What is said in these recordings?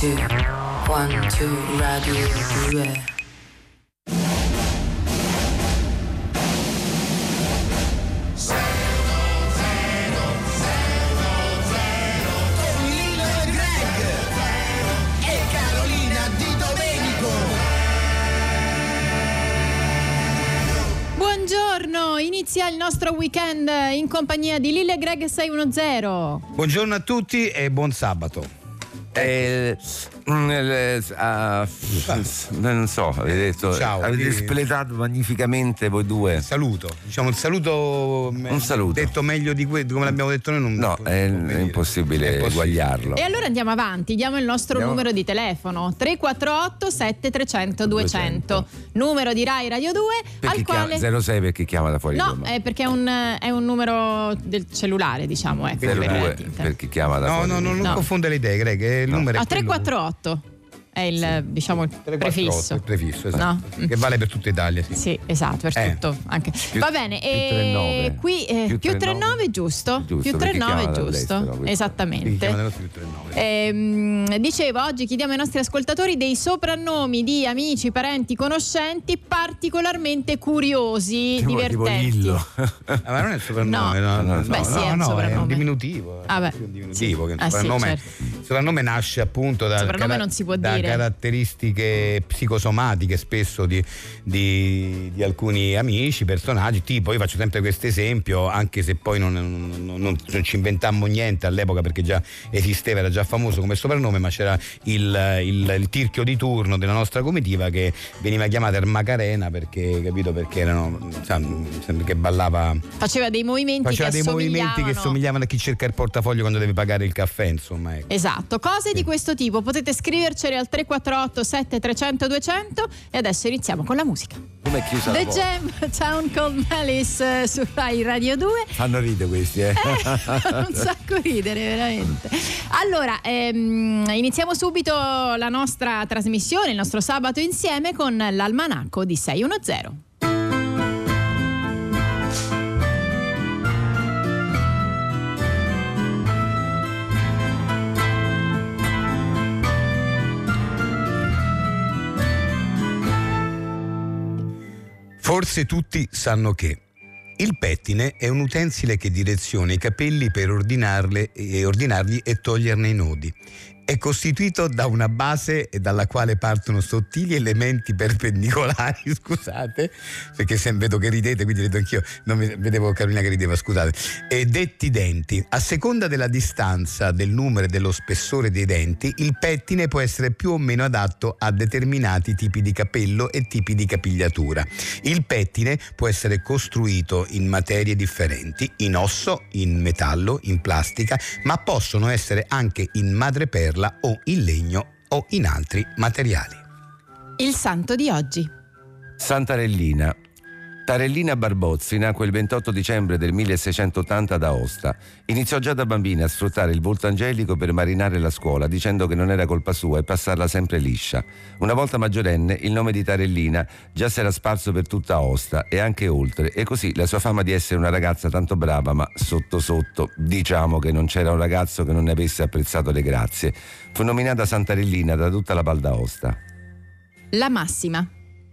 2, 1, 2, Radio 2. Buongiorno, inizia il nostro weekend in compagnia di Lille e Greg 610. Buongiorno a tutti e buon sabato. Non so, avete detto, ciao, avete spletato magnificamente voi due. Saluto, diciamo un saluto detto meglio di come l'abbiamo detto noi. No, è impossibile eguagliarlo. E allora andiamo avanti, diamo il nostro numero di telefono 348 7300 200, numero di Rai Radio 2 al quale 06 perché chiama da fuori Roma. È perché è un numero del cellulare, diciamo, ecco, 02 perché chiama da fuori. Non confonde le idee, Greg, il numero è 348 è il, diciamo, il prefisso. Il prefisso, esatto. No? Che vale per tutta Italia, sì. Sì, esatto, per tutto anche. Va bene, più 39. Qui più 39 giusto? Più 39 giusto. Esattamente. Dicevo, oggi chiediamo ai nostri ascoltatori dei soprannomi di amici, parenti, conoscenti particolarmente curiosi, divertenti. Ma non è il soprannome, è un soprannome. È un diminutivo. È un diminutivo, sì. che il soprannome nasce appunto da non si può dire. Caratteristiche psicosomatiche spesso di alcuni amici, personaggi. Tipo, io faccio sempre questo esempio, anche se poi non ci inventammo niente all'epoca perché già esisteva, era già famoso come soprannome, ma c'era il tirchio di turno della nostra comitiva che veniva chiamato il Macarena perché erano che ballava, faceva dei movimenti che somigliavano a chi cerca il portafoglio quando deve pagare il caffè, insomma, ecco. Esatto, cose di questo tipo potete scrivercele al 348 7300 200 e adesso iniziamo con la musica. Come chiusa The Jam, Town Called Malice su Rai Radio 2. Fanno ridere questi, un sacco ridere, veramente. Allora, iniziamo subito la nostra trasmissione, il nostro sabato insieme con l'almanacco di 610. Forse tutti sanno che il pettine è un utensile che direziona i capelli per ordinarli e toglierne i nodi. È costituito da una base dalla quale partono sottili elementi perpendicolari, scusate, perché vedo che ridete, quindi rido anch'io, non vedevo Carolina che rideva, scusate, e detti denti. A seconda della distanza, del numero e dello spessore dei denti, il pettine può essere più o meno adatto a determinati tipi di capello e tipi di capigliatura. Il pettine può essere costruito in materie differenti, in osso, in metallo, in plastica, ma possono essere anche in madreperla o in legno o in altri materiali. Il santo di oggi. Santarellina. Tarellina Barbozzi nacque il 28 dicembre del 1680 ad Aosta. Iniziò già da bambina a sfruttare il volto angelico per marinare la scuola, dicendo che non era colpa sua e passarla sempre liscia. Una volta maggiorenne, il nome di Tarellina già si era sparso per tutta Aosta e anche oltre, e così la sua fama di essere una ragazza tanto brava, ma sotto sotto, diciamo che non c'era un ragazzo che non ne avesse apprezzato le grazie, fu nominata Santarellina da tutta la Val d'Aosta. La massima.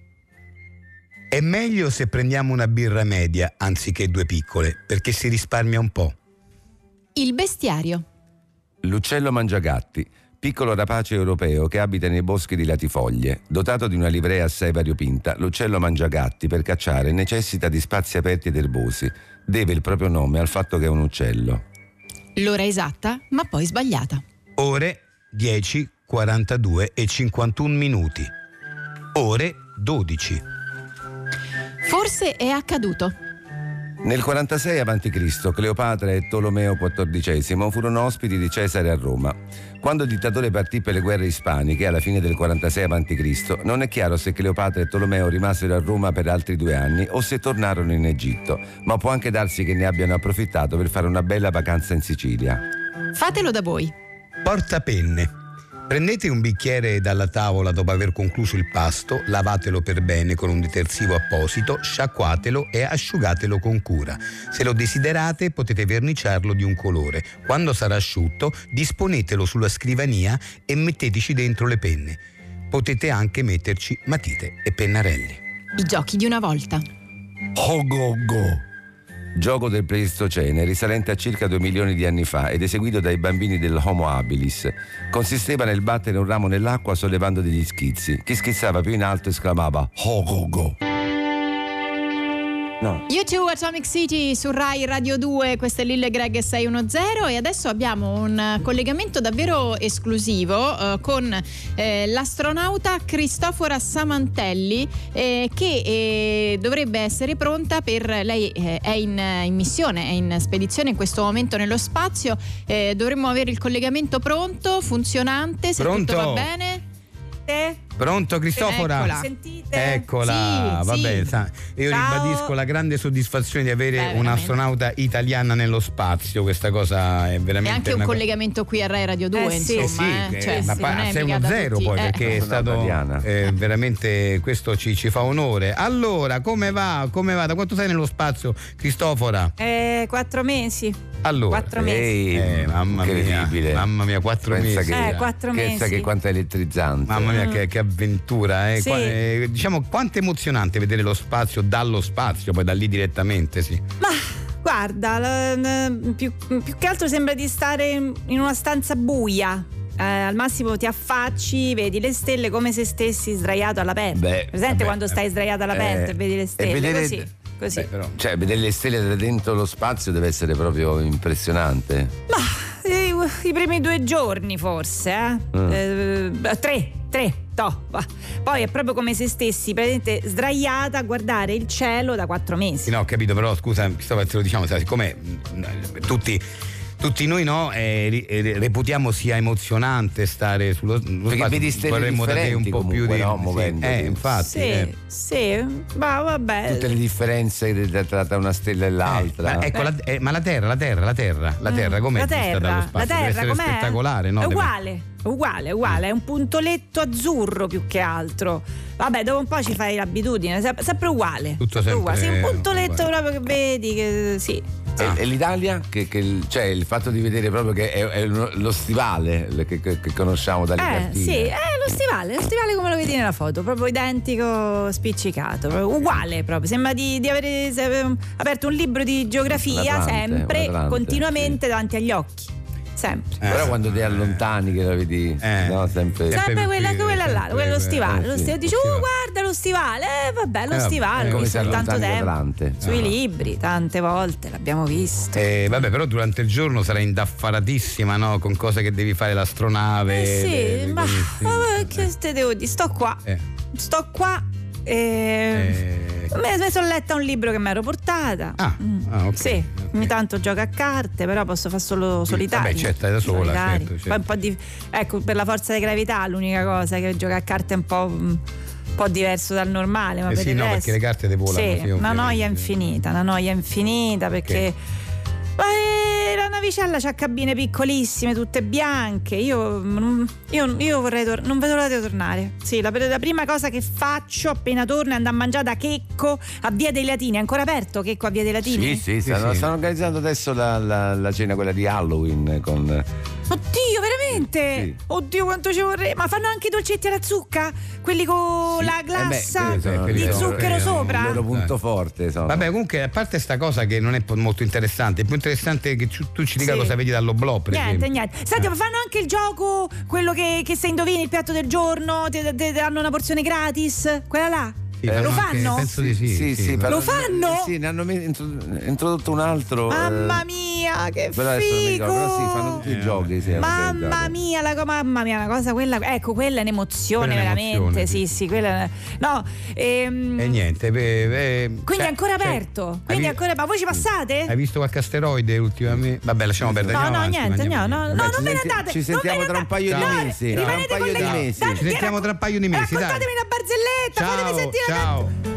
È meglio se prendiamo una birra media anziché due piccole, perché si risparmia un po'. Il bestiario. L'uccello mangiagatti, piccolo rapace europeo che abita nei boschi di latifoglie. Dotato di una livrea assai variopinta, l'uccello mangiagatti per cacciare necessita di spazi aperti ed erbosi. Deve il proprio nome al fatto che è un uccello. L'ora esatta, ma poi sbagliata. Ore 10, 42 e 51 minuti. Ore 12. Forse è accaduto. Nel 46 a.C. Cleopatra e Tolomeo XIV furono ospiti di Cesare a Roma. Quando il dittatore partì per le guerre ispaniche alla fine del 46 a.C., non è chiaro se Cleopatra e Tolomeo rimasero a Roma per altri 2 anni o se tornarono in Egitto, ma può anche darsi che ne abbiano approfittato per fare una bella vacanza in Sicilia. Fatelo da voi. Portapenne. Prendete un bicchiere dalla tavola dopo aver concluso il pasto, lavatelo per bene con un detersivo apposito, sciacquatelo e asciugatelo con cura. Se lo desiderate potete verniciarlo di un colore. Quando sarà asciutto, disponetelo sulla scrivania e metteteci dentro le penne. Potete anche metterci matite e pennarelli. I giochi di una volta. Ho-go-go. Gioco del Pleistocene, risalente a circa 2 milioni di anni fa ed eseguito dai bambini dell'Homo habilis. Consisteva nel battere un ramo nell'acqua sollevando degli schizzi. Chi schizzava più in alto esclamava Ho-go-go. No. U2 Atomic City su Rai Radio 2, questo è Lille Greg 610 e adesso abbiamo un collegamento davvero esclusivo con l'astronauta Cristofora Samantelli che dovrebbe essere pronta per lei è in missione, è in spedizione in questo momento nello spazio. Dovremmo avere il collegamento pronto, funzionante, se Pronto? tutto va bene. Pronto Cristofora? Eccola. Sentite? Eccola, Sì, vabbè, sì. Io Ciao. ribadisco la grande soddisfazione di avere veramente. un'astronauta italiana nello spazio, questa cosa è E veramente anche un una collegamento qui a Rai Radio 2, sì. insomma. Cioè, ma sì, poi non è sei mica uno da zero tutti. poi perché è Astronauta stato italiana. veramente, questo ci fa onore. Allora, come va? Da quanto sei nello spazio, Cristofora? 4 mesi. Allora, 4 mesi. Ehi, mamma mia, incredibile. mamma mia, 4 Pensa mesi. che, 4 pensa mesi. che quanto è elettrizzante. Mamma mia, che avventura, eh. Sì. Diciamo, quanto è emozionante vedere lo spazio dallo spazio, poi da lì direttamente, sì. Ma guarda, più che altro sembra di stare in una stanza buia. Al massimo ti affacci, vedi le stelle come se stessi sdraiato all'aperto. Beh, Presente vabbè, quando stai sdraiato all'aperto e vedi le stelle? vedere- Così. Però, Cioè, vedere le stelle da dentro lo spazio deve essere proprio impressionante. Ma i primi 2 giorni forse, 3, va. Poi è proprio come se stessi praticamente sdraiata a guardare il cielo da 4 mesi. sì, no, ho capito, però scusa, Cristoforo, te lo diciamo, sai, siccome tutti noi reputiamo sia emozionante stare sullo spazio, vedi stelle vorremmo da te un differenti po' più comunque, di no? Muovendoti. infatti. Sì, ma vabbè. Tutte le differenze tra una stella e l'altra. Ma ecco, ma la Terra com'è La vista dallo spazio? Deve essere com'è? spettacolare, no? È uguale, è un puntoletto azzurro più che altro. Vabbè, dopo un po' ci fai l'abitudine, sempre uguale. Tutto sempre uguale. Sì, un puntoletto uguale. proprio che vedi, che sì. E l'Italia? Cioè il fatto di vedere proprio che è lo stivale che conosciamo dalle cartine. Sì, è lo stivale come lo vedi nella foto, proprio identico, spiccicato, proprio uguale proprio. Sembra di avere aperto un libro di geografia L'Atlante, sempre, l'Atlante, continuamente davanti agli occhi. Sempre. Però quando ti allontani che la vedi, no, sempre. Sempre quella là, quello stivale. sì. Lo stivale. Dici, guarda lo stivale. Vabbè, lo vabbè, stivale. è L'ho come visto se tanto allontani tempo. l'Atlante. Sui libri, tante volte l'abbiamo visto. Vabbè, però durante il giorno sarai indaffaratissima, no? Con cose che devi fare, l'astronave. Sì, ma sì. che te devo dire? Sto qua. Mi sono letta un libro che mi ero portata. ok. Sì, ogni tanto gioco a carte, però posso fare solo solitario. Vabbè, certo, è da sola, certo. Poi un po' ecco, per la forza di gravità l'unica cosa che gioca a carte è un po' diverso dal normale, ma per sì, il no, resto, perché le carte te volano, sì, sì, una ovviamente. noia infinita perché ma la navicella c'ha cabine piccolissime, tutte bianche. Io vorrei non vedo l'ora di tornare. Sì, la prima cosa che faccio appena torno è andare a mangiare da Checco a Via dei Latini. È ancora aperto Checco a Via dei Latini? Sì, stanno organizzando adesso la cena, quella di Halloween con. Oddio, veramente? Sì. Oddio, quanto ci vorrei. Ma fanno anche i dolcetti alla zucca? Quelli con la glassa quelli di sono- zucchero quelli sono sopra? Il loro punto forte. Sono. Vabbè, comunque, a parte sta cosa che non è molto interessante, è più interessante che tu ci dica Sì. cosa vedi dall'oblò, per esempio. Niente. Senti, ma fanno anche il gioco, quello che se indovini il piatto del giorno ti danno una porzione gratis? Quella là? Sì, lo anche- fanno? penso di sì. Sì, Lo fanno? Sì, ne hanno introdotto un altro. Mamma mia, che però adesso non mi ricordo, però sì, fanno figo! tutti i giochi. Sì, Mamma mia, una cosa quella, ecco, quella è un'emozione Quella è veramente. un'emozione, Sì, quella. No, E niente. quindi è ancora aperto. Ma voi ci passate? Hai visto qualche asteroide ultimamente? Vabbè, lasciamo perdere. No, andiamo no, avanti, niente, andiamo no, avanti. no, non ve ne andate. Ci sentiamo tra un paio di Ciao. mesi. Rimanete Tra un paio di collegati. mesi. Dai, Ci sentiamo tra un paio di mesi, dai. Raccontatemi una barzelletta, fatemi sentire la ciao.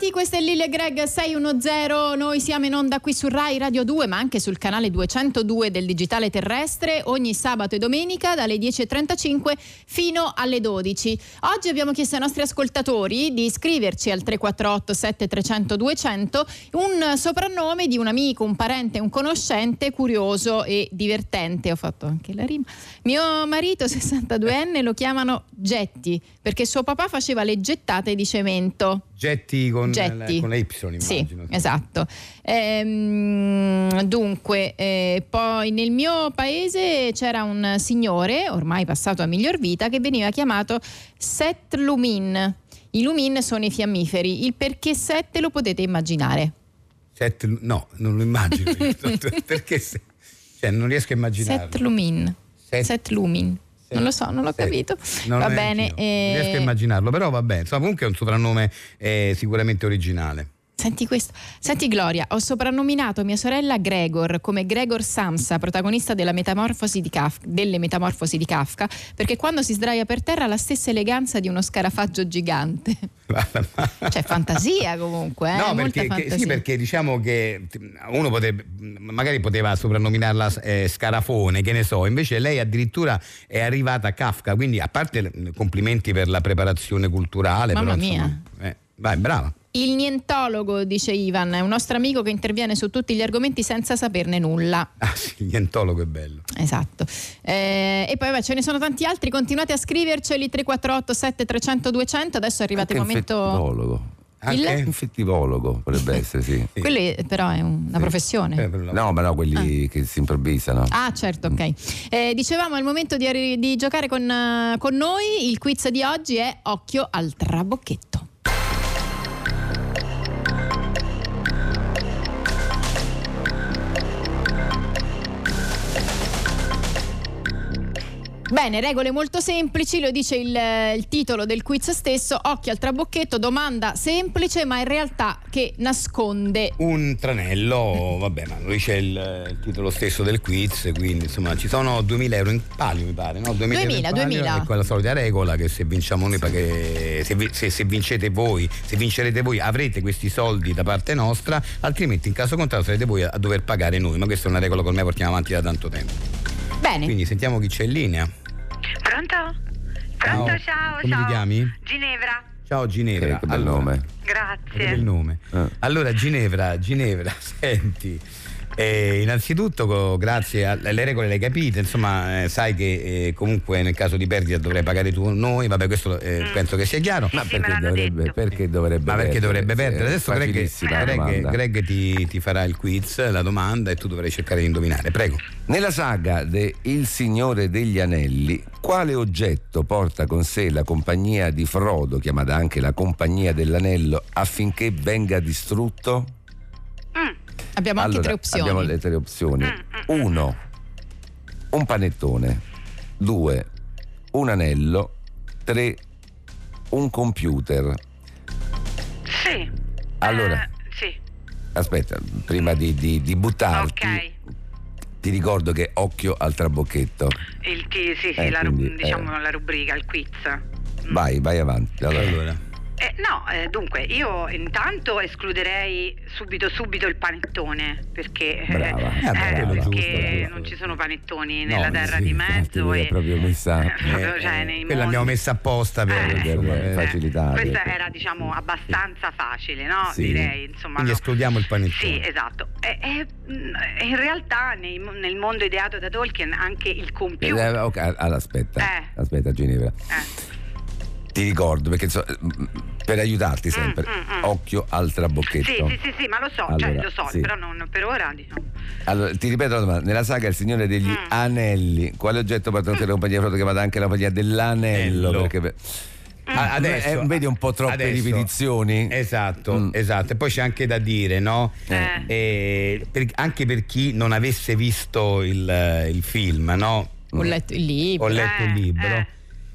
Bentornati, questo è Lille Greg 610, noi siamo in onda qui su Rai Radio 2 ma anche sul canale 202 del digitale terrestre ogni sabato e domenica dalle 10.35 fino alle 12. Oggi abbiamo chiesto ai nostri ascoltatori di scriverci al 348 7300 200 un soprannome di un amico, un parente, un conoscente curioso e divertente. Ho fatto anche la rima. Mio marito 62enne lo chiamano Getti perché suo papà faceva le gettate di cemento. Getti con la Y, immagino. Sì, esatto. Dunque, poi nel mio paese c'era un signore, ormai passato a miglior vita, che veniva chiamato Set Lumin. I lumin sono i fiammiferi. Il perché 7 lo potete immaginare. No, non lo immagino. Perché cioè, non riesco a immaginarlo. Set Lumin. Set Lumin. Non lo so, non l'ho capito. Va bene. Non riesco a immaginarlo, però va bene. Insomma, comunque è un soprannome sicuramente originale. Senti questo. Senti Gloria, ho soprannominato mia sorella Gregor come Gregor Samsa, protagonista delle Metamorfosi di Kafka, perché quando si sdraia per terra ha la stessa eleganza di uno scarafaggio gigante. Cioè fantasia comunque, no, molta fantasia. Sì, perché diciamo che uno magari poteva soprannominarla Scarafone, che ne so, invece lei addirittura è arrivata a Kafka, quindi a parte complimenti per la preparazione culturale. Mamma però, mia. Vai, brava. Il nientologo, dice Ivan, è un nostro amico che interviene su tutti gli argomenti senza saperne nulla. Ah sì, il nientologo è bello. Esatto. E poi ce ne sono tanti altri, continuate a scriverceli 348 7300 200. Adesso è arrivato il momento. Infettivologo. Il infettivologo potrebbe essere, sì. Quelli però è una professione. No, ma no, quelli che si improvvisano. Ah, certo, ok. Dicevamo è il momento di giocare con noi. Il quiz di oggi è Occhio al trabocchetto. Bene, regole molto semplici, lo dice il titolo del quiz stesso, occhio al trabocchetto, domanda semplice ma in realtà che nasconde un tranello, vabbè, ma lo dice il titolo stesso del quiz, quindi insomma ci sono 2.000 euro in palio, mi pare, no? 2.000 è quella solita regola che se vinciamo noi, perché se vincerete voi avrete questi soldi da parte nostra, altrimenti in caso contrario sarete voi a dover pagare noi, ma questa è una regola che ormai portiamo avanti da tanto tempo. Bene. Quindi sentiamo chi c'è in linea. Pronto, ciao. Come ti chiami? Ginevra. Ciao Ginevra. Che bel nome. Grazie. Che bel nome. Allora Ginevra, senti, innanzitutto grazie alle regole le hai capite, insomma sai che comunque nel caso di perdita dovrai pagare tu noi, vabbè questo penso che sia chiaro. Ma sì, perché dovrebbe perdere? Adesso Greg ti farà il quiz, la domanda, e tu dovrai cercare di indovinare, prego. Nella saga de Il Signore degli Anelli, quale oggetto porta con sé la compagnia di Frodo, chiamata anche la Compagnia dell'Anello, affinché venga distrutto? Abbiamo anche tre opzioni. Abbiamo le tre opzioni. 1. Un panettone. 2. Un anello. 3. Un computer. Sì. Allora, sì. aspetta, prima di buttarti, Ok. ti ricordo che occhio al trabocchetto. La rubrica, il quiz. Vai avanti. Allora. Dunque io intanto escluderei subito il panettone, perché Brava. perché non ci sono panettoni nella terra di mezzo, è proprio messa quella l'abbiamo messa apposta per facilitare. Questa era abbastanza facile, no? Sì. Direi, insomma. Quindi escludiamo il panettone. Sì, esatto. In realtà nel mondo ideato da Tolkien anche il computer. Aspetta Ginevra. Ti ricordo, perché per aiutarti sempre, occhio al trabocchetto. Sì, ma lo so, sì. però non per ora, diciamo. Allora, ti ripeto la domanda. Nella saga Il Signore degli Anelli, quale oggetto porta con sé la compagnia Frodo, chiamata anche la compagnia dell'anello? Perché Adesso, vedi un po' troppe ripetizioni. Esatto. E poi c'è anche da dire, no? Anche per chi non avesse visto il film, no? Ho letto il libro. Ho letto il libro.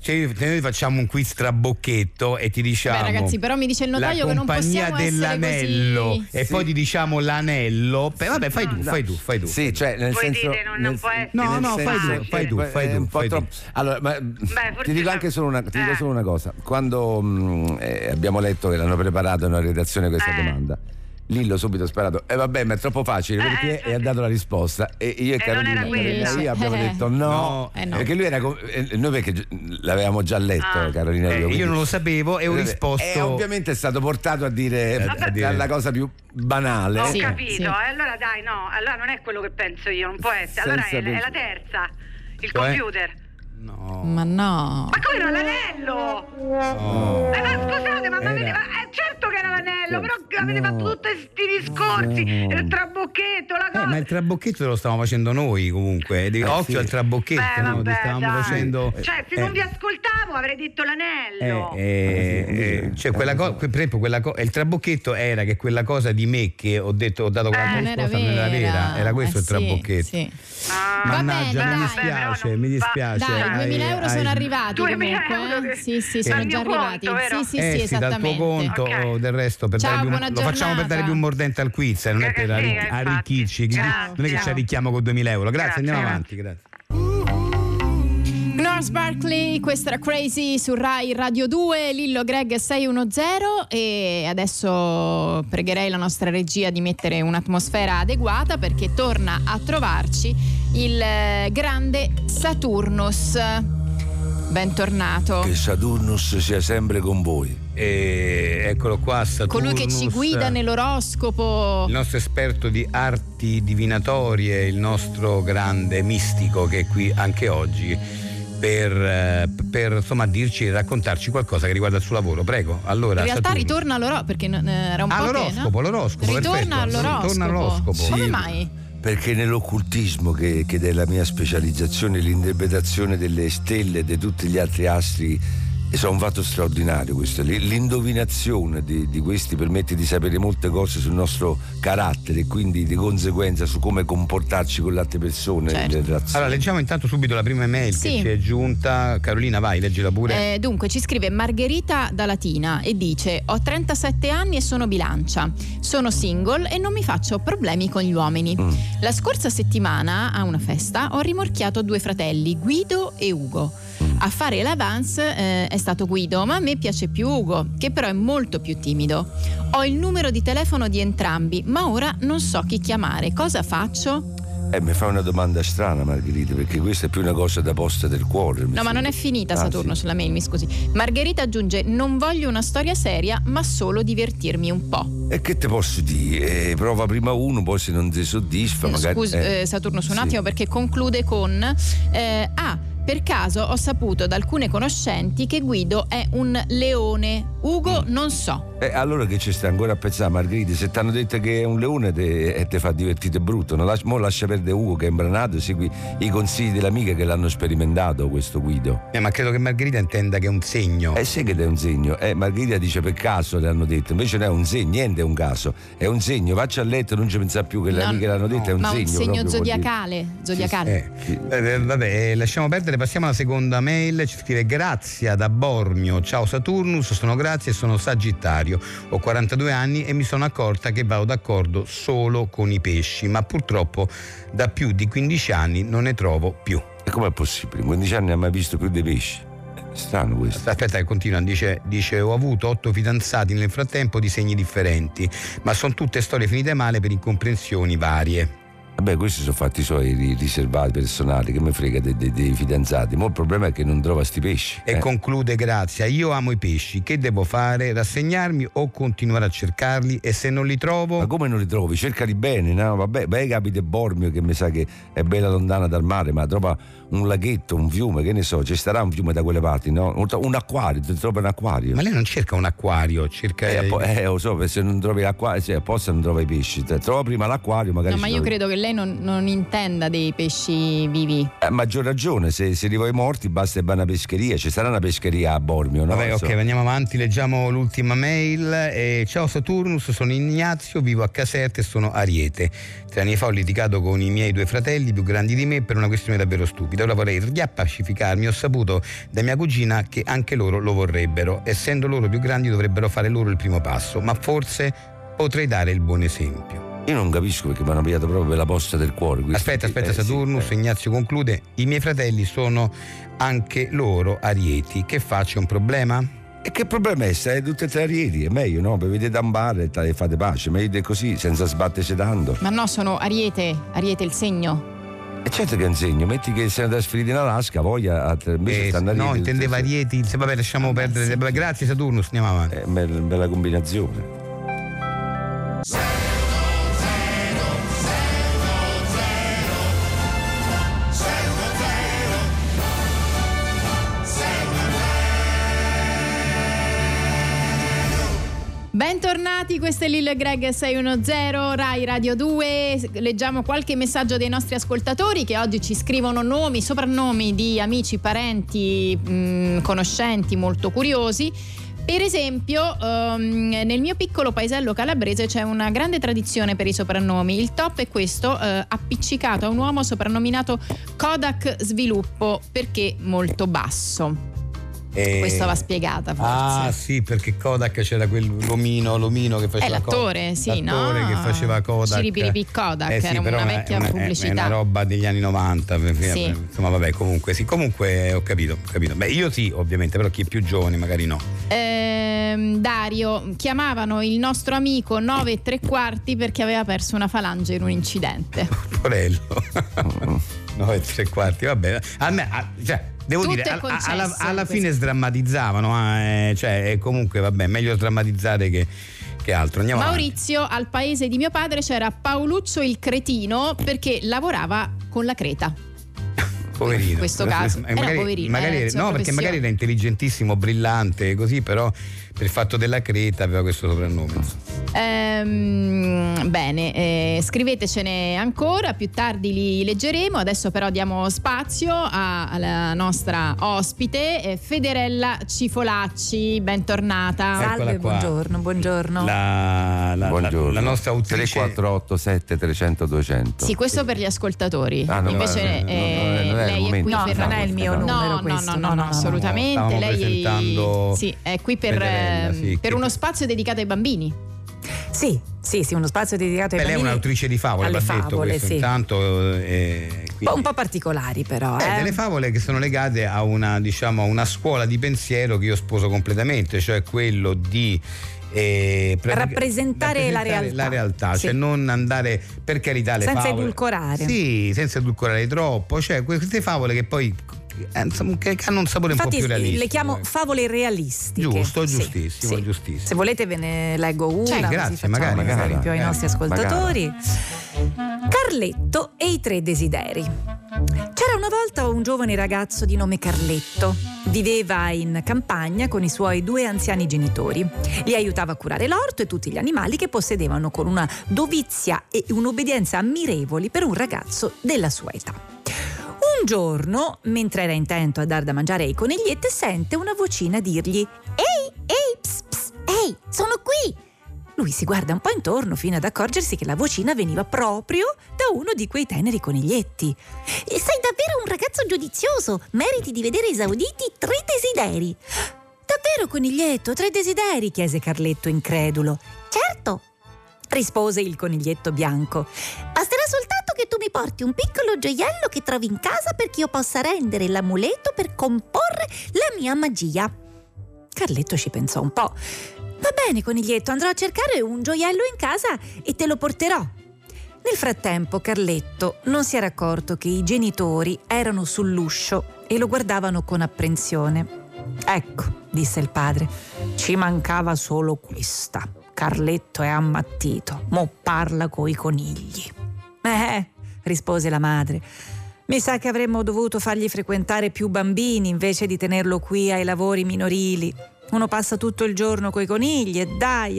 Se noi facciamo un quiz trabocchetto e ti diciamo, beh ragazzi, però mi dice il notaio che non possiamo dell'anello essere così. e poi ti diciamo l'anello, vabbè, fai tu. Sì, cioè nel Voi senso dite non può essere. No, fai tu. Allora, ma forse ti dico anche solo una cosa. Quando abbiamo letto che l'hanno preparata una redazione questa domanda, Lillo subito ha sparato vabbè, ma è troppo facile perché e ha dato la risposta e io e Carolina io abbiamo detto no. Perché lui era noi perché l'avevamo già letto, Carolina e io non lo sapevo e ho risposto e ovviamente è stato portato a dire la cosa più banale. Ho capito, allora dai, no, allora non è quello che penso io, non può essere. Allora è la terza, il computer. No. Ma no. Ma come era l'anello? No. Ma scusate, ma certo che era l'anello, però avete fatto tutti questi discorsi, il trabocchetto, la cosa. Ma il trabocchetto lo stavamo facendo noi comunque. Occhio al trabocchetto, stavamo facendo. Cioè, se non vi ascoltavo avrei detto l'anello. Cioè quella cosa, per esempio, il trabocchetto era che quella cosa di me che ho dato quella risposta non era vera. Era questo il trabocchetto. Sì. Mannaggia, mi dispiace. Dai, 2000 euro sono arrivati comunque. Sì, sono già arrivati. Sì, esattamente. Dal tuo conto, del resto per ciao, lo facciamo per dare più mordente al quiz, non è per arricchirci. Non è che ci arricchiamo con 2000 euro. Grazie, andiamo avanti, grazie. Gnors Barkley, questa era Crazy su Rai Radio 2, Lillo Greg 610 e adesso pregherei la nostra regia di mettere un'atmosfera adeguata perché torna a trovarci il grande Saturnus. Bentornato. Che Saturnus sia sempre con voi. Eccolo qua, Saturnus, colui che ci guida nell'oroscopo, il nostro esperto di arti divinatorie, il nostro grande mistico che è qui anche oggi per insomma dirci e raccontarci qualcosa che riguarda il suo lavoro. Prego. Allora, in realtà Saturnus. ritorna all'oroscopo perché era un po' l'oroscopo, che, no? l'oroscopo ritorna all'oroscopo. Sì, come mai? Perché nell'occultismo, che è la mia specializzazione, l'interpretazione delle stelle e di tutti gli altri astri, è un fatto straordinario questo. L'indovinazione di questi permette di sapere molte cose sul nostro carattere e quindi di conseguenza su come comportarci con le altre persone. Certo. Allora leggiamo intanto subito la prima email che ci è giunta. Carolina, vai, leggila pure. Dunque ci scrive Margherita da Latina e dice: ho 37 anni e sono bilancia, sono single e non mi faccio problemi con gli uomini. La scorsa settimana a una festa ho rimorchiato 2 fratelli, Guido e Ugo. A fare l'avance è stato Guido, ma a me piace più Ugo, che però è molto più timido. Ho il numero di telefono di entrambi, ma ora non so chi chiamare. Cosa faccio? Mi fa una domanda strana, Margherita, perché questa è più una cosa da posta del cuore. No, ma non è finita Saturno sulla mail, mi scusi. Margherita aggiunge: non voglio una storia seria, ma solo divertirmi un po'. E che te posso dire? Prova prima uno, poi se non ti soddisfa magari. Scusi, Saturno, su un attimo, perché conclude con per caso ho saputo da alcune conoscenti che Guido è un leone, Ugo non so. Allora che ci stai ancora a pensare, Margherita? Se ti hanno detto che è un leone te fa divertire brutto, mo lascia perdere Ugo che è imbranato, segui i consigli dell'amica che l'hanno sperimentato questo Guido. Ma credo che Margherita intenda che è un segno. Sì che è un segno. Margherita dice per caso le hanno detto, invece non è un segno, niente è un caso, è un segno, faccia a letto, non ci pensa più che le amiche l'hanno detto, è un ma segno. Ma un segno zodiacale. Vabbè, lasciamo perdere. Passiamo alla seconda mail. Ci scrive Grazia da Bormio: ciao Saturnus, sono Grazia e sono Sagittario, ho 42 anni e mi sono accorta che vado d'accordo solo con i pesci, ma purtroppo da più di 15 anni non ne trovo più. E com'è possibile? In 15 anni non hai mai visto più dei pesci? Strano questo. Aspetta che continua, dice ho avuto 8 fidanzati nel frattempo di segni differenti, ma sono tutte storie finite male per incomprensioni varie. Vabbè, questi sono fatti suoi riservati personali, che mi frega dei fidanzati. Ma il problema è che non trova sti pesci. E conclude Grazia: io amo i pesci, che devo fare? Rassegnarmi o continuare a cercarli? E se non li trovo? Ma come non li trovi? Cercali bene, no? Vabbè, capite Bormio, che mi sa che è bella lontana dal mare, ma trova un laghetto, un fiume, che ne so, ci starà un fiume da quelle parti, no? Un acquario, ti trova un acquario. Ma lei non cerca un acquario, cerca lo so, se non trovi l'acquario, apposta non trova i pesci. Trova prima l'acquario, magari. No, ma io credo che lei non intenda dei pesci vivi. Maggior ragione, se li vuoi morti basta che va una pescheria, ci sarà una pescheria a Bormio, no? Vabbè, ok, andiamo avanti, leggiamo l'ultima mail. Ciao Saturnus, sono Ignazio, vivo a Caserta e sono Ariete. 3 anni fa ho litigato con i miei 2 fratelli più grandi di me per una questione davvero stupida. ora vorrei riappacificarmi. Ho saputo da mia cugina che anche loro lo vorrebbero. Essendo loro più grandi dovrebbero fare loro il primo passo, ma forse potrei dare il buon esempio. Io non capisco perché mi hanno pigliato proprio per la posta del cuore. Aspetta, Saturnus, sì. Ignazio conclude: i miei fratelli sono anche loro Arieti. Che faccio, un problema? E che problema è? Stai tutte e tre Arieti, è meglio, no? Per vedere ambare e fate pace, meglio così, senza sbatterci tanto. Ma no, sono Ariete il segno. E certo che è un segno, metti che siamo trasferiti in Alaska, voglia invece stanno Arieti. No, intendeva Arieti, vabbè, lasciamo perdere. Sì. Grazie Saturnus, andiamo avanti. È una bella combinazione. Bentornati, questo è Lil Greg 610 Rai Radio 2. Leggiamo qualche messaggio dei nostri ascoltatori che oggi ci scrivono nomi, soprannomi di amici, parenti, conoscenti molto curiosi. Per esempio, nel mio piccolo paesello calabrese c'è una grande tradizione per i soprannomi. Il top è questo, appiccicato a un uomo soprannominato Kodak Sviluppo perché molto basso. Questa va spiegata forse. Ah sì, perché Kodak c'era quel l'omino che faceva l'attore, sì, l'attore no? che faceva Kodak. Ciripiripi Kodak, sì, era una vecchia pubblicità. È una roba degli anni 90, sì. Insomma vabbè, comunque sì, comunque ho capito. Beh, io sì, ovviamente, però chi è più giovane magari no. Dario, chiamavano il nostro amico 9 3/4 perché aveva perso una falange in un incidente. Porello. 9 3/4, vabbè. A me, cioè, devo tutto dire, alla questo. fine sdrammatizzavano, cioè comunque vabbè, meglio sdrammatizzare che altro. Andiamo Maurizio, avanti. al paese di mio padre c'era Paoluccio il cretino perché lavorava con la creta. Poverino. In questo caso era poverino. No, perché magari era intelligentissimo, brillante, così, però per il fatto della creta aveva questo soprannome. Bene, scrivetecene ancora, più tardi li leggeremo. Adesso però diamo spazio alla nostra ospite, Federella Cifolacci, bentornata. Salve, buongiorno. La nostra autrice 3487 300 200. Sì, questo per gli ascoltatori. non Invece è lei è qui per non è il mio numero questo. No, assolutamente. Stavamo lei sì, è qui per uno spazio dedicato ai bambini. Sì, uno spazio dedicato ai bambini. Lei è un'autrice di favole, alle va detto questo, sì. intanto Un po' particolari però. Delle favole che sono legate a una scuola di pensiero che io sposo completamente, cioè quello di rappresentare la realtà, sì. Cioè non andare, per carità, le senza favole edulcorare. Sì, senza edulcorare troppo, cioè queste favole che poi che hanno un sapore un po' più realistico. Le chiamo favole realistiche. Giustissimo. Se volete ve ne leggo una, grazie, così facciamo magari, esempio ai nostri ascoltatori. Carletto e i 3 desideri. C'era una volta un giovane ragazzo di nome Carletto. Viveva in campagna con i suoi 2 anziani genitori. Li aiutava a curare l'orto e tutti gli animali che possedevano con una dovizia e un'obbedienza ammirevoli per un ragazzo della sua età. Un giorno, mentre era intento a dar da mangiare ai coniglietti, sente una vocina dirgli: Ehi, pss, ehi, sono qui! Lui si guarda un po' intorno fino ad accorgersi che la vocina veniva proprio da uno di quei teneri coniglietti. Sei davvero un ragazzo giudizioso, meriti di vedere esauditi 3 desideri. Davvero, coniglietto, 3 desideri? Chiese Carletto incredulo. Certo, rispose il coniglietto bianco. Basterà soltanto che tu mi porti un piccolo gioiello che trovi in casa perché io possa rendere l'amuleto per comporre la mia magia. Carletto ci pensò un po'. Va bene, coniglietto, andrò a cercare un gioiello in casa e te lo porterò. Nel frattempo Carletto non si era accorto che i genitori erano sull'uscio e lo guardavano con apprensione. Ecco, disse il padre, ci mancava solo questa. Carletto è ammattito, mo parla coi conigli. Rispose la madre. Mi sa che avremmo dovuto fargli frequentare più bambini invece di tenerlo qui ai lavori minorili. Uno passa tutto il giorno coi conigli e dai,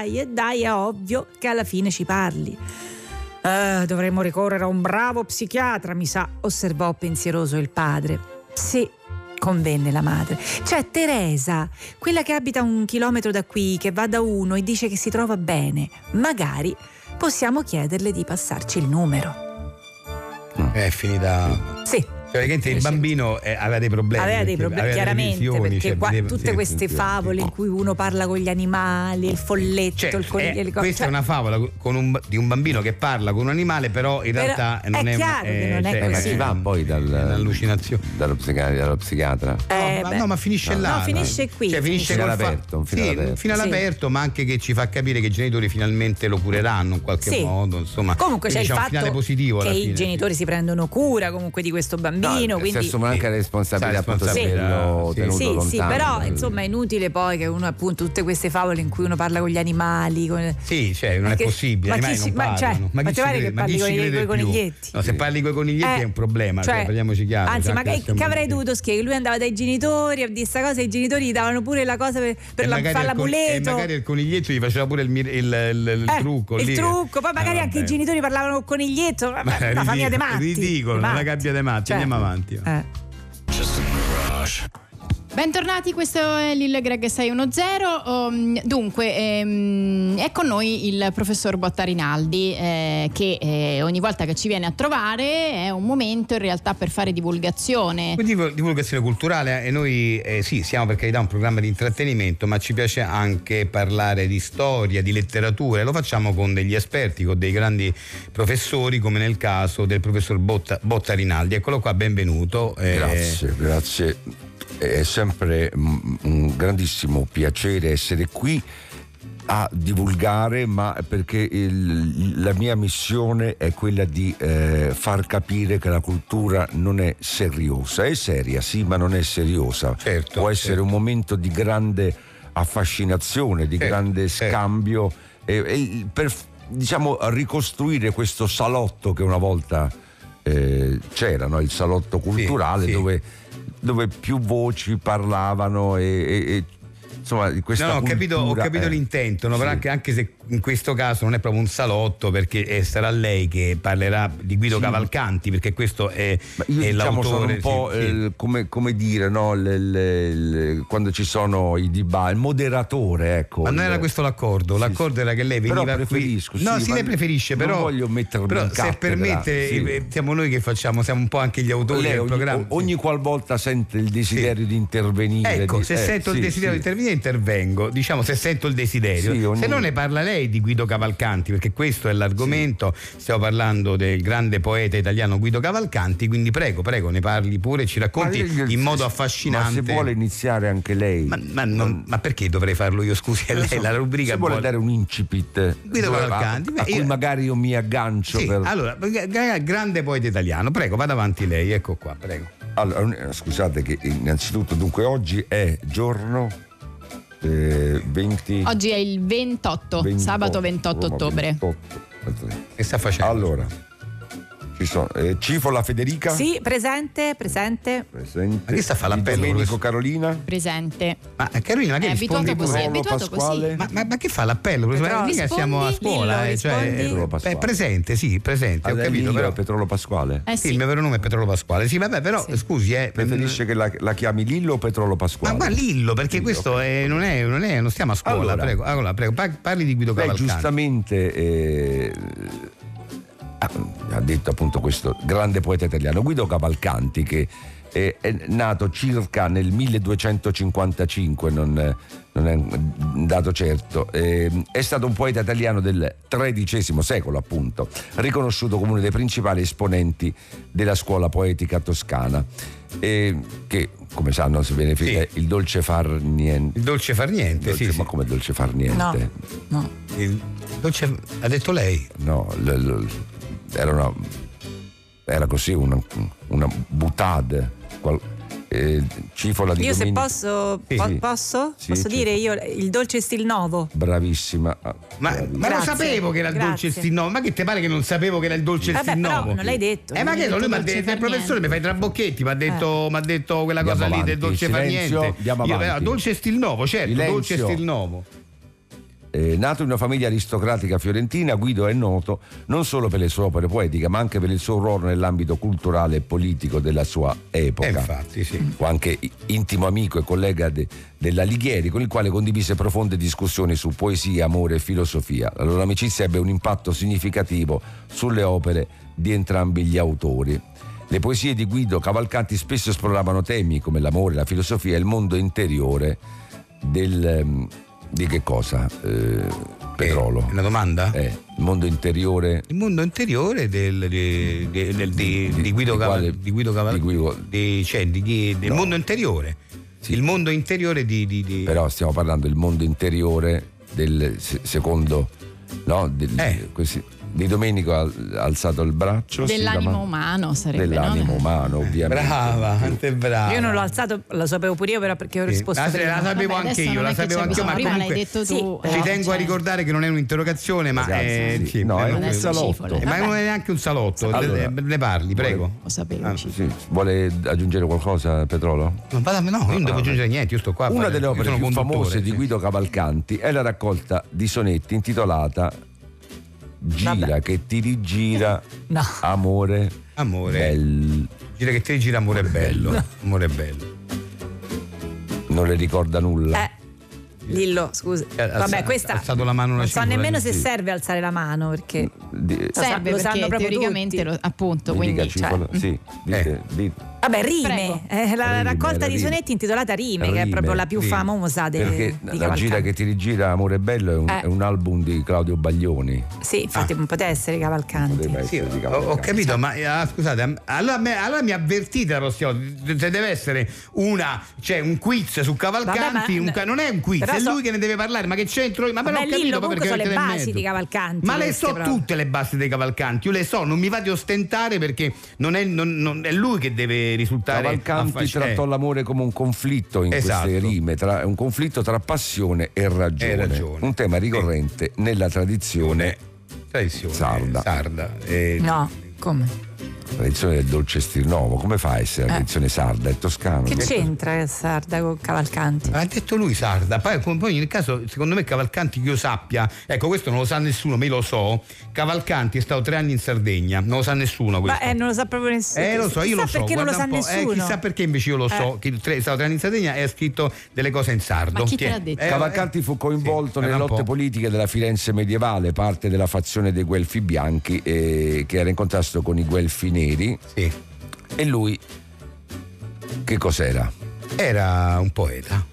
è ovvio che alla fine ci parli. Dovremmo ricorrere a un bravo psichiatra, mi sa, osservò pensieroso il padre. Sì, convenne la madre. C'è Teresa, quella che abita 1 chilometro da qui, che va da uno e dice che si trova bene. Magari possiamo chiederle di passarci il numero. È finita. Sì. praticamente il bambino aveva dei problemi. Aveva dei problemi, chiaramente, visioni, perché cioè, tutte queste favole in cui uno parla con gli animali, il folletto, il coniglio, questa è una favola di un bambino che parla con un animale, però in realtà non è chiaro che non è ma così. si va poi dall'allucinazione dallo psichiatra. ma finisce là. No, finisce qui. Cioè, finisce fino col all'aperto, fino all'aperto, ma anche che ci fa capire che i genitori finalmente lo cureranno in qualche modo, insomma. Comunque c'è il un fatto finale positivo che alla i fine. genitori si prendono cura comunque di questo bambino, quindi si assume anche la responsabilità appunto di Sì. averlo Sì. tenuto sì, lontano. però insomma è inutile poi che uno appunto tutte queste favole in cui uno parla con gli animali. Sì, cioè non è possibile, ma animali chi non si- ma- parlano. cioè, ma chi ti pare che parli con i coniglietti? No, se parli con i coniglietti è un problema, cioè, parliamoci chiaro. Anzi, cioè, ma anche che avrei dovuto scrivere? Lui andava dai genitori a dire sta cosa, i genitori gli davano pure la cosa per fare l'amuleto. E magari il coniglietto gli faceva pure il trucco. Il lì. trucco, poi magari anche i genitori parlavano col coniglietto. Una famiglia dei matti. Ridicolo, una gabbia dei matti. Cioè, Andiamo avanti. Bentornati, questo è Lille Greg 610. Dunque, è con noi il professor Botta Rinaldi, che ogni volta che ci viene a trovare è un momento in realtà per fare divulgazione. Quindi divulgazione culturale, e noi sì, siamo per carità un programma di intrattenimento, ma ci piace anche parlare di storia, di letteratura, e lo facciamo con degli esperti, con dei grandi professori, come nel caso del professor Botta Rinaldi. Eccolo qua, benvenuto. Grazie. È sempre un grandissimo piacere essere qui a divulgare, ma perché la mia missione è quella di far capire che la cultura non è seriosa, è seria sì, ma non è seriosa. Certo, può essere un momento di grande affascinazione, di grande scambio, e per diciamo ricostruire questo salotto che una volta c'era, no? Il salotto culturale dove più voci parlavano e insomma di questa ho capito l'intento, no? Sì. Però anche se in questo caso non è proprio un salotto, perché sarà lei che parlerà di Guido Cavalcanti, perché questo è l'autore. Sono un po' come dire, no? Quando ci sono i dibattiti, il moderatore, ecco. Ma non era questo l'accordo? L'accordo era che lei veniva però preferisco, qui. No, sì, lei preferisce, però non voglio mettermi però in se cattedra, permette, siamo noi che facciamo, siamo un po' anche gli autori lei del programma. ogni qualvolta sente il desiderio di intervenire. Ecco, se sento il desiderio di intervenire, intervengo. Diciamo, se sento il desiderio. Se non ne parla lei di Guido Cavalcanti, perché questo è l'argomento. Stiamo parlando del grande poeta italiano Guido Cavalcanti, quindi prego, ne parli pure, ci racconti in modo affascinante. Ma se vuole iniziare anche lei. Ma perché dovrei farlo io? Scusi, è lei la rubrica. Se vuole dare un incipit Guido Cavalcanti, a cui magari io mi aggancio. Allora, grande poeta italiano, prego, vada avanti lei, ecco qua, prego. Allora, scusate che innanzitutto, dunque, oggi è giorno 20. Oggi è il 28, sabato 28 ottobre. 28. Che sta facendo? Allora, ci sono Cifola Federica? Sì, presente. Ma che sta a fare l'appello? Domenico Carolina? Presente. Ma Carolina, che rispondi abituato così, pure? è abituato Pasquale? così. Ma che fa l'appello? Mica siamo a scuola, Petrolo Pasquale. presente, sì, presente, ho capito, però. Petrolo Pasquale? Sì, il mio vero nome è Petrolo Pasquale. Sì, vabbè, però scusi, Preferisce che la chiami Lillo o Petrolo Pasquale? Ma Lillo, perché Lillo, questo non stiamo a scuola, Allora, prego, parli di Guido Cavalcanti. Giustamente ha detto appunto questo grande poeta italiano Guido Cavalcanti, che è nato circa nel 1255, non è un dato certo, è stato un poeta italiano del XIII secolo, appunto, riconosciuto come uno dei principali esponenti della scuola poetica toscana, che come sanno si beneficia il dolce far niente. Il dolce far niente, sì. Ma come dolce far niente? No. Il dolce, ha detto lei? No, era così una boutade. Cifola di Io Domenico. se posso, Sì. posso Sì, dire io il dolce stil novo. Bravissima. Ma lo Grazie, sapevo che era il dolce grazie. stil novo. Ma che te pare che non sapevo che era il dolce Vabbè, stil però novo? non l'hai detto. Ma che non lui mi ha dolce detto, far il professore mi fa i trabocchetti, mi ha detto quella Andiamo cosa lì avanti, del dolce far silenzio, niente. andiamo Io, avanti. dolce stil novo, certo, Silenzio. dolce stil nuovo. Nato in una famiglia aristocratica fiorentina, Guido è noto non solo per le sue opere poetiche, ma anche per il suo ruolo nell'ambito culturale e politico della sua epoca. Infatti, sì. Fu anche intimo amico e collega della Alighieri, con il quale condivise profonde discussioni su poesia, amore e filosofia. La loro amicizia ebbe un impatto significativo sulle opere di entrambi gli autori. Le poesie di Guido Cavalcanti spesso esploravano temi come l'amore, la filosofia e il mondo interiore di che cosa? Petrolo. Una domanda? Il mondo interiore. Il mondo interiore di Guido Cavalcanti. Il mondo interiore. Sì. Il mondo interiore di. Però stiamo parlando del mondo interiore del secondo. No? Di Domenico ha alzato il braccio. Dell'animo umano sarebbe. Dell'animo umano, ovviamente. Brava, brava. Io non l'ho alzato, lo sapevo pure io, però perché ho risposto prima. La sapevo anche io, ma prima l'hai detto tu. Ci tengo a ricordare che non è un'interrogazione, ma è un salotto. Ma non è neanche un salotto. Allora, ne parli, prego. Lo sapevo. Vuole aggiungere qualcosa, Petrolo? No, io non devo aggiungere niente, io sto qua. Una delle opere più famose di Guido Cavalcanti è la raccolta di sonetti intitolata Gira che ti rigira, amore bello. Gira che ti rigira, amore bello. Amore bello. Non le ricorda nulla. Lillo, scusa. Vabbè, questa ha alzato la mano, non so nemmeno se serve alzare la mano, perché serve, lo perché sanno proprio teoricamente tutti. Quindi sì, vabbè, Rime, la raccolta di sonetti intitolata Rime, che è proprio la più famosa perché la Gira che ti rigira, amore bello è un album di Claudio Baglioni. Sì, infatti non poteva essere Cavalcanti. Ho capito, ma scusate, allora mi avvertite la prossima volta, se deve essere un quiz su Cavalcanti. Non è un quiz, è lui che ne deve parlare, ma che c'entro? Ma però ho capito, comunque sono le basi di Cavalcanti. Ma le so tutte le basi dei Cavalcanti, io le so, non mi va di ostentare, perché non è lui che deve risultare. Cavalcanti trattò l'amore come un conflitto in queste rime, un conflitto tra passione e ragione. Un tema ricorrente nella tradizione sarda. No, come? Tradizione del dolce stirnovo. Come fa a essere la tradizione sarda? È toscano. Che c'entra sarda con Cavalcanti? Ha detto lui sarda. Poi nel caso, secondo me, Cavalcanti, che io sappia, ecco, questo non lo sa nessuno, ma io lo so. Cavalcanti è stato 3 anni in Sardegna, non lo sa nessuno questo. Ma non lo sa proprio nessuno. Lo so, io lo so. Perché non lo sa nessuno? Chissà perché invece io lo so, che è stato 3 anni in Sardegna e ha scritto delle cose in sardo. Ma chi te l'ha detto? Cavalcanti fu coinvolto nelle lotte politiche della Firenze medievale, parte della fazione dei Guelfi bianchi, che era in contrasto con i Guelfi neri. Sì. E lui che cos'era? Era un poeta.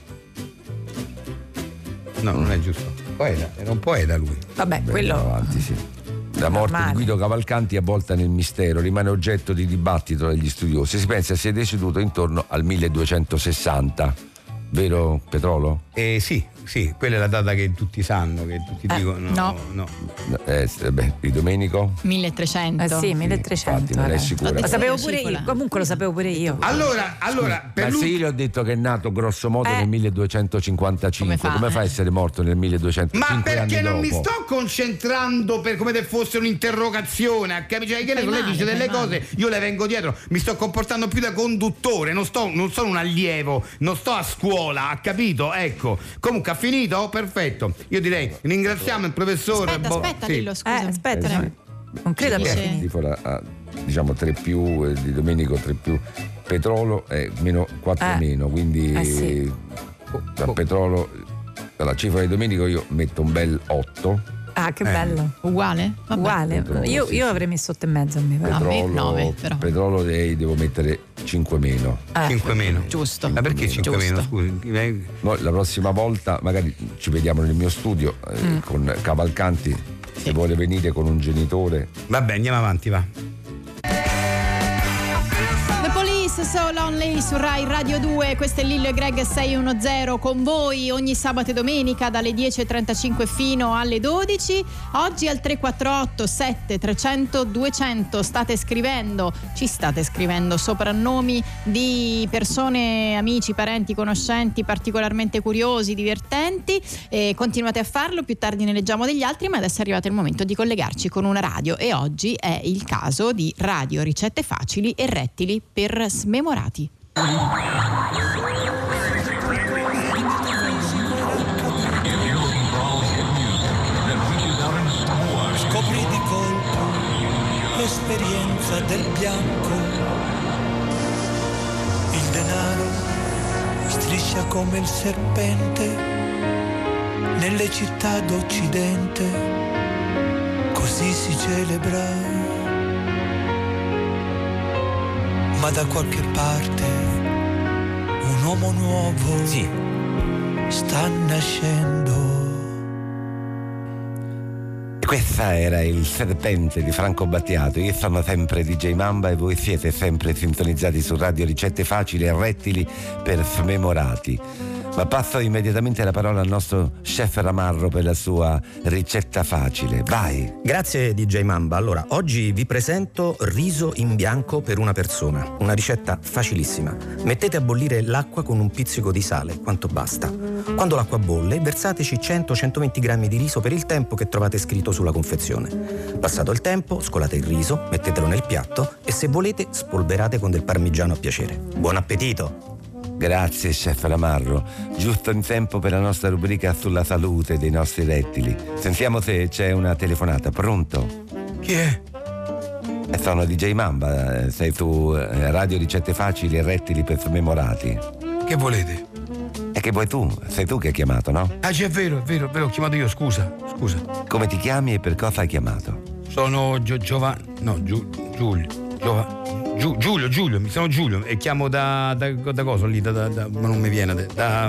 No, non è giusto. Era un poeta lui. Vabbè, quello avanti, sì. La morte di Guido Cavalcanti, avvolta nel mistero, rimane oggetto di dibattito dagli studiosi. Si pensa sia deceduto intorno al 1260. Vero, Petrolo? Sì, quella è la data che tutti sanno, che tutti dicono. No. Di Domenico? 1300. Sì, 1300. Infatti, non è sicuro. Lo sapevo pure io. Comunque lo sapevo pure io. Allora per lui. Se io ho detto che è nato grosso modo nel 1255, come fa a essere morto nel 1200? Ma perché non mi sto concentrando per come se fosse un'interrogazione, cioè, che lei dice delle cose, io le vengo dietro, mi sto comportando più da conduttore, non sono un allievo, non sto a scuola, ha capito? Ecco. Comunque ha finito? Perfetto. Io direi ringraziamo il professore. Aspetta, Lillo, scusa. Aspetta. Non credo che diciamo 3 più di Domenico, 3 più Petrolo e meno 4 meno, quindi da Petrolo, la cifra di Domenico io metto un bel 8. Ah, che bello. Uguale? Uguale. Petrolo, io avrei messo 8 e mezzo a me. A me 9 però. Petrolo devo mettere 5 meno. 5 meno. Giusto. Ma perché 5 meno? Scusi. Noi la prossima volta magari ci vediamo nel mio studio con Cavalcanti, se vuole venire con un genitore. Vabbè, andiamo avanti, va. So Lonely su Rai Radio 2, questo è Lillo e Greg 610 con voi ogni sabato e domenica dalle 10.35 fino alle 12. Oggi al 348 7300 200 ci state scrivendo soprannomi di persone, amici, parenti, conoscenti particolarmente curiosi, divertenti, continuate a farlo, più tardi ne leggiamo degli altri, ma adesso è arrivato il momento di collegarci con una radio e oggi è il caso di Radio Ricette Facili e Rettili per Smemorati. Scopri di colpo l'esperienza del bianco, il denaro striscia come il serpente nelle città d'Occidente, così si celebra ma da qualche parte un uomo nuovo sta nascendo. Questa era Il Serpente di Franco Battiato. Io sono sempre DJ Mamba e voi siete sempre sintonizzati su Radio Ricette Facili e Rettili per Smemorati. Ma passo immediatamente la parola al nostro chef Ramarro per la sua ricetta facile. Vai! Grazie DJ Mamba. Allora, oggi vi presento riso in bianco per una persona. Una ricetta facilissima. Mettete a bollire l'acqua con un pizzico di sale, quanto basta. Quando l'acqua bolle, versateci 100-120 grammi di riso per il tempo che trovate scritto sulla confezione. Passato il tempo, scolate il riso, mettetelo nel piatto e se volete spolverate con del parmigiano a piacere. Buon appetito! Grazie chef Ramarro, giusto in tempo per la nostra rubrica sulla salute dei nostri rettili. Sentiamo se c'è una telefonata. Pronto? Chi è? Sono DJ Mamba, sei su Radio Ricette Facili e Rettili per Smemorati. Che volete? E che vuoi tu? Sei tu che hai chiamato, no? Ah, sì, è vero, ho chiamato io, scusa. Come ti chiami e per cosa hai chiamato? Sono Giovanni, no, Giulio, mi chiamo Giulio e chiamo da cosa lì, ma non mi viene, da...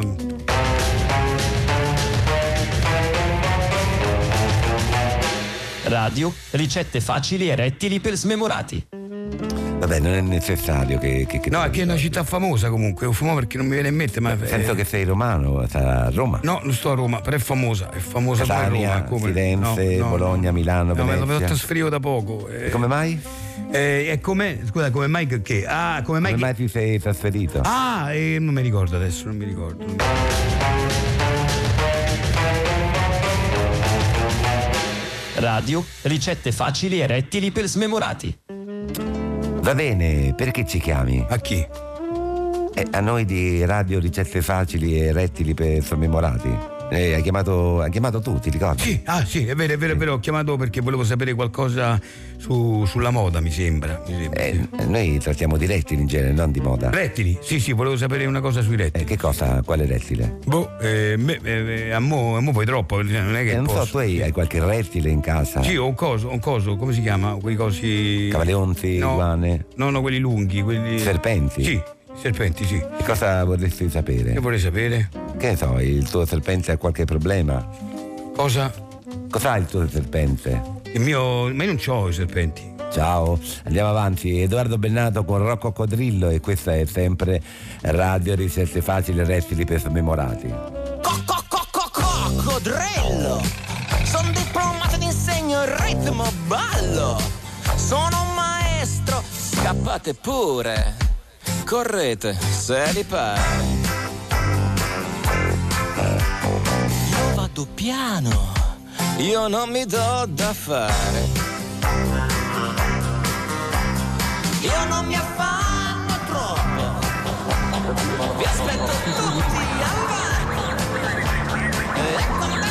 Radio Ricette Facili e Rettili per Smemorati. Vabbè, non è necessario che No, è che è una città famosa comunque, è famosa perché non mi viene in mente, ma... Penso che sei romano, sta a Roma. No, non sto a Roma, però è famosa Catania, come Roma. Firenze, No, Bologna, Milano, Venezia. Venezia. Me lo trasferivo da poco. E come mai? Scusa, come mai che? Come mai ti sei trasferito? Non mi ricordo adesso, Radio Ricette Facili e Rettili per Smemorati. Va bene, perché ci chiami? A chi? A noi di Radio Ricette Facili e Rettili per Smemorati. Hai chiamato tu, ti ricordi? Sì, è vero, ho chiamato perché volevo sapere qualcosa sulla moda, mi sembra. Noi trattiamo di rettili in genere, non di moda. Rettili? Sì, volevo sapere una cosa sui rettili. Che cosa? Quale rettile? A mo poi troppo, non è che non posso. So, tu hai qualche rettile in casa? Sì, ho un coso, come si chiama? Quei cosi... Camaleonti, iguane? No, quelli lunghi, quelli... Serpenti? Sì. Serpenti, sì. E cosa vorresti sapere? Che vorrei sapere? Che ne so, il tuo serpente ha qualche problema? Cosa? Cos'ha il tuo serpente? Ma io non c'ho i serpenti. Ciao, andiamo avanti. Edoardo Bennato con Rocco Codrillo e questa è sempre Radio Ricette Facili Rettili per Smemorati. Coccodrillo, sono diplomato ed insegno il ritmo ballo. Sono un maestro, scappate pure. Correte, se li pare. Io vado piano, io non mi do da fare. Io non mi affanno troppo, vi aspetto tutti avanti. E quando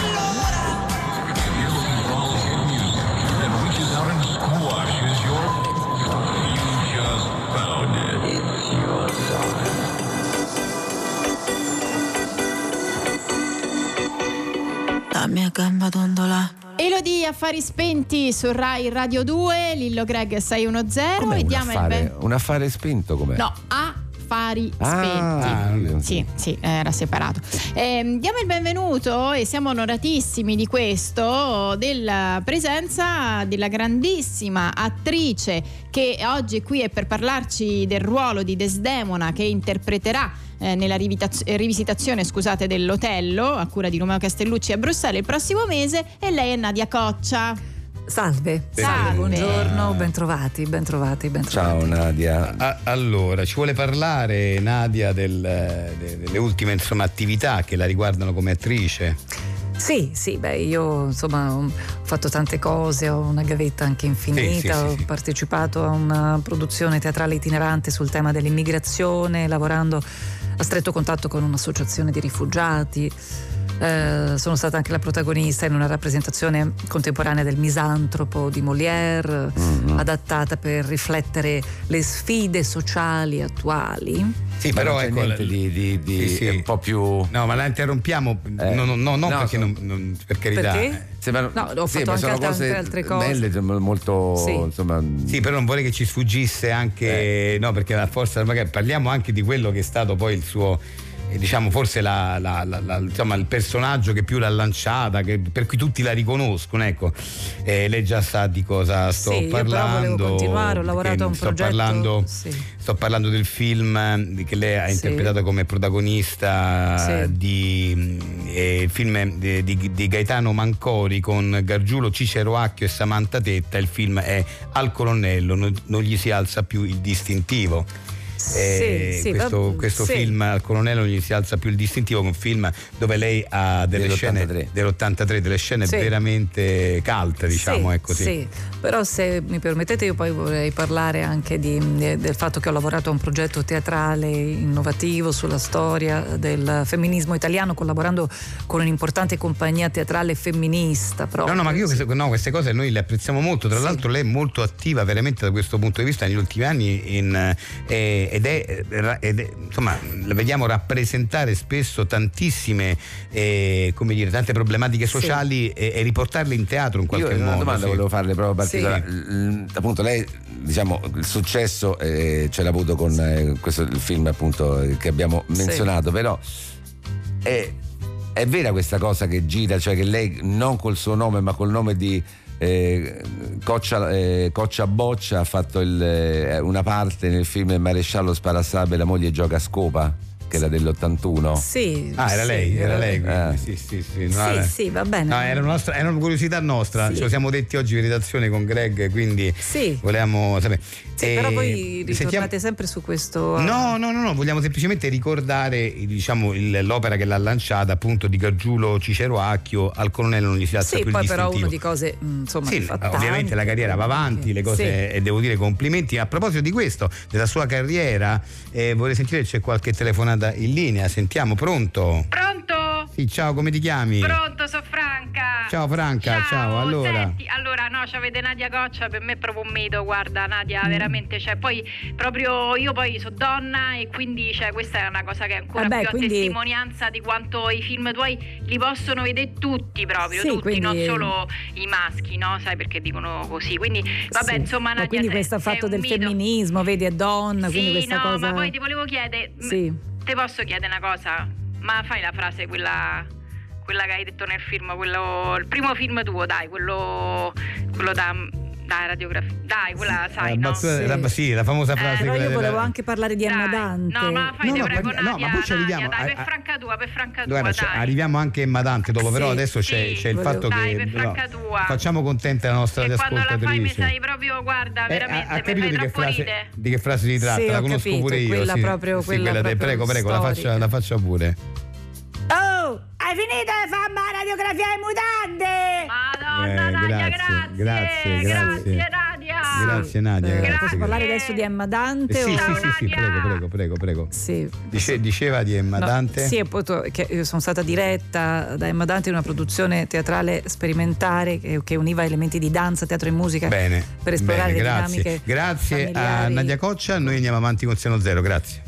La mia gamba dondola. Elodie, Affari Spenti su Rai Radio 2, Lillo Greg 610. Com'è E diamo un affare spento com'è? No, Affari Spenti. Sì, era separato. Diamo il benvenuto e siamo onoratissimi di questo, della presenza della grandissima attrice che oggi è qui per parlarci del ruolo di Desdemona che interpreterà nella rivisitazione dell'Otello a cura di Romeo Castellucci a Bruxelles il prossimo mese, e lei è Nadia Coccia. Salve, buongiorno, bentrovati. Ciao Nadia. Allora, ci vuole parlare Nadia delle ultime attività che la riguardano come attrice? Sì, io insomma ho fatto tante cose, ho una gavetta anche infinita, ho partecipato a una produzione teatrale itinerante sul tema dell'immigrazione, lavorando a stretto contatto con un'associazione di rifugiati. sono stata anche la protagonista in una rappresentazione contemporanea del Misantropo di Molière, adattata per riflettere le sfide sociali attuali. Sì, però ecco di un po' più. No, ma la interrompiamo. No, perché non, per carità. Perché? Ho fatto anche altre cose belle, molto insomma. Sì, però non vorrei che ci sfuggisse anche no, perché la forza magari parliamo anche di quello che è stato poi il suo, diciamo, forse insomma, il personaggio che più l'ha lanciata, per cui tutti la riconoscono, ecco. Lei già sa di cosa sto parlando. Io però volevo continuare, ho lavorato a un progetto. Sto parlando del film che lei ha interpretato come protagonista il film di Gaetano Mancori con Gargiulo Ciceroacchio e Samantha Tetta. Il film è Al colonnello non gli si alza più il distintivo. Questo film Al colonnello non gli si alza più il distintivo, un film dove lei ha delle scene dell'83, delle scene veramente cult, diciamo, ecco. Sì, però se mi permettete io poi vorrei parlare anche del fatto che ho lavorato a un progetto teatrale innovativo sulla storia del femminismo italiano, collaborando con un'importante compagnia teatrale femminista proprio. No, ma io queste cose noi le apprezziamo molto, tra l'altro lei è molto attiva veramente da questo punto di vista negli ultimi anni ed è insomma, la vediamo rappresentare spesso tantissime come dire, tante problematiche sociali e riportarle in teatro in qualche modo. Una domanda volevo farle proprio particolare. Appunto lei, diciamo, il successo ce l'ha avuto con questo il film appunto che abbiamo menzionato, però è vera questa cosa che gira, cioè che lei non col suo nome ma col nome di Coccia Boccia ha fatto una parte nel film Il maresciallo Sparasabe, la moglie gioca a scopa, che era dell'81. Sì. Era lei. Sì, va bene. No, era una curiosità nostra. Ce lo siamo detti oggi in redazione con Greg, quindi volevamo sapere. Però poi ritornate sempre su questo. No, vogliamo semplicemente ricordare, diciamo, l'opera che l'ha lanciata, appunto, di Gargiulo Ciceroacchio, Al colonnello non gli si alza più il distintivo. Sì, poi però uno di cose, insomma, ovviamente la carriera va avanti, le cose, e devo dire complimenti. A proposito di questo, della sua carriera, vorrei sentire se c'è qualche telefonata in linea. Sentiamo, pronto? Pronto? Sì, ciao, come ti chiami? Pronto, sono Franca. Ciao Franca, ciao. Allora, c'avete Nadia Coccia, per me è proprio un mito, guarda, Nadia, veramente, cioè, poi proprio io poi sono donna e quindi, cioè, questa è una cosa che è ancora più a testimonianza di quanto i film tuoi li possono vedere tutti, proprio tutti, quindi, non solo i maschi, no? Sai perché dicono così, quindi vabbè, insomma, Nadia, quindi questo fatto del femminismo, vedi, è donna, quindi questa cosa. Ma poi ti volevo chiedere, ti posso chiedere una cosa? Ma fai la frase quella che hai detto nel film, il primo film tuo, dai, quello da radiografia, dai, quella sai, no? La famosa frase. Però io volevo anche parlare di Emma Dante. No, ma fai prego, Nadia, ma poi ci arriviamo. Dai, per franca tua, guarda, dai. Arriviamo anche a Emma Dante dopo, però adesso c'è il fatto che facciamo contenta la nostra ascoltatrice. Quando la fai mi sai proprio, guarda, veramente, ha capito di che frase si tratta? La conosco pure io. Quella proprio, prego, la faccia pure. Oh, hai finito di fare la radiografia ai mutande? Madonna, Nadia, grazie Nadia. Grazie Nadia. Posso parlare adesso di Emma Dante? Sì, prego. Sì. Diceva di Emma Dante? Sì, appunto, che io sono stata diretta da Emma Dante in una produzione teatrale sperimentale che univa elementi di danza, teatro e musica per esplorare le dinamiche. Grazie familiari. a Nadia Coccia, noi andiamo avanti con Seno Zero, grazie.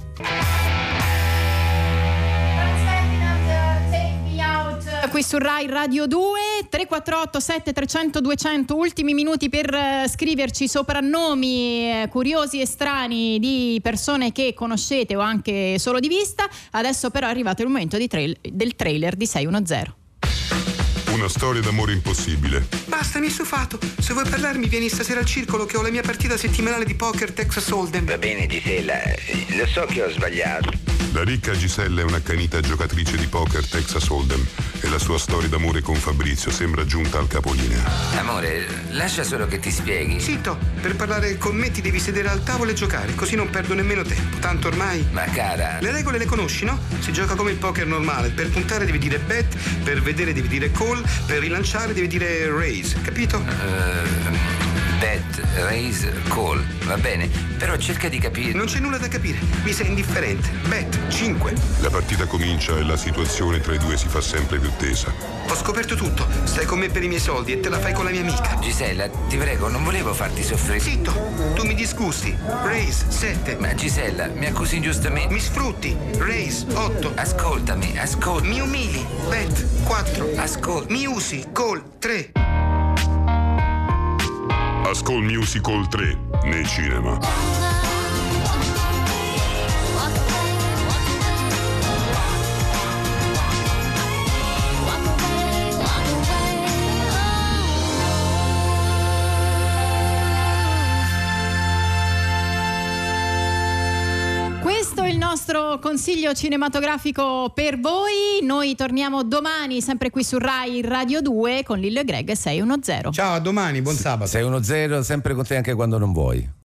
Qui su Rai Radio 2, 348 7300 200, ultimi minuti per scriverci soprannomi curiosi e strani di persone che conoscete o anche solo di vista. Adesso però è arrivato il momento del trailer di 610. Una storia d'amore impossibile. Basta, mi hai stufato. Se vuoi parlarmi vieni stasera al circolo che ho la mia partita settimanale di poker Texas Hold'em. Va bene, Gisella, lo so che ho sbagliato. La ricca Gisella è un'accanita giocatrice di poker Texas Hold'em e la sua storia d'amore con Fabrizio sembra giunta al capolinea. Amore, lascia solo che ti spieghi. Zitto, per parlare con me ti devi sedere al tavolo e giocare, così non perdo nemmeno tempo. Tanto ormai... Ma cara... Le regole le conosci, no? Si gioca come il poker normale. Per puntare devi dire bet, per vedere devi dire call, per rilanciare devi dire raise, capito? Bet, raise, call, va bene, però cerca di capire. Non c'è nulla da capire, mi sei indifferente. Bet, 5. La partita comincia e la situazione tra i due si fa sempre più tesa. Ho scoperto tutto, stai con me per i miei soldi e te la fai con la mia amica. Gisella, ti prego, non volevo farti soffrire. Zitto, tu mi disgusti. Raise, 7. Ma Gisella, mi accusi ingiustamente. Mi sfrutti. Raise, 8. Ascoltami, ascolta. Mi umili. Bet, 4. Ascolta. Mi usi. Call, 3. Ascol Musical 3 nei cinema. Questo è il nostro consiglio cinematografico per voi. Noi torniamo domani sempre qui su Rai Radio 2 con Lillo e Greg 610. Ciao, a domani, buon sabato. 610, sempre con te anche quando non vuoi.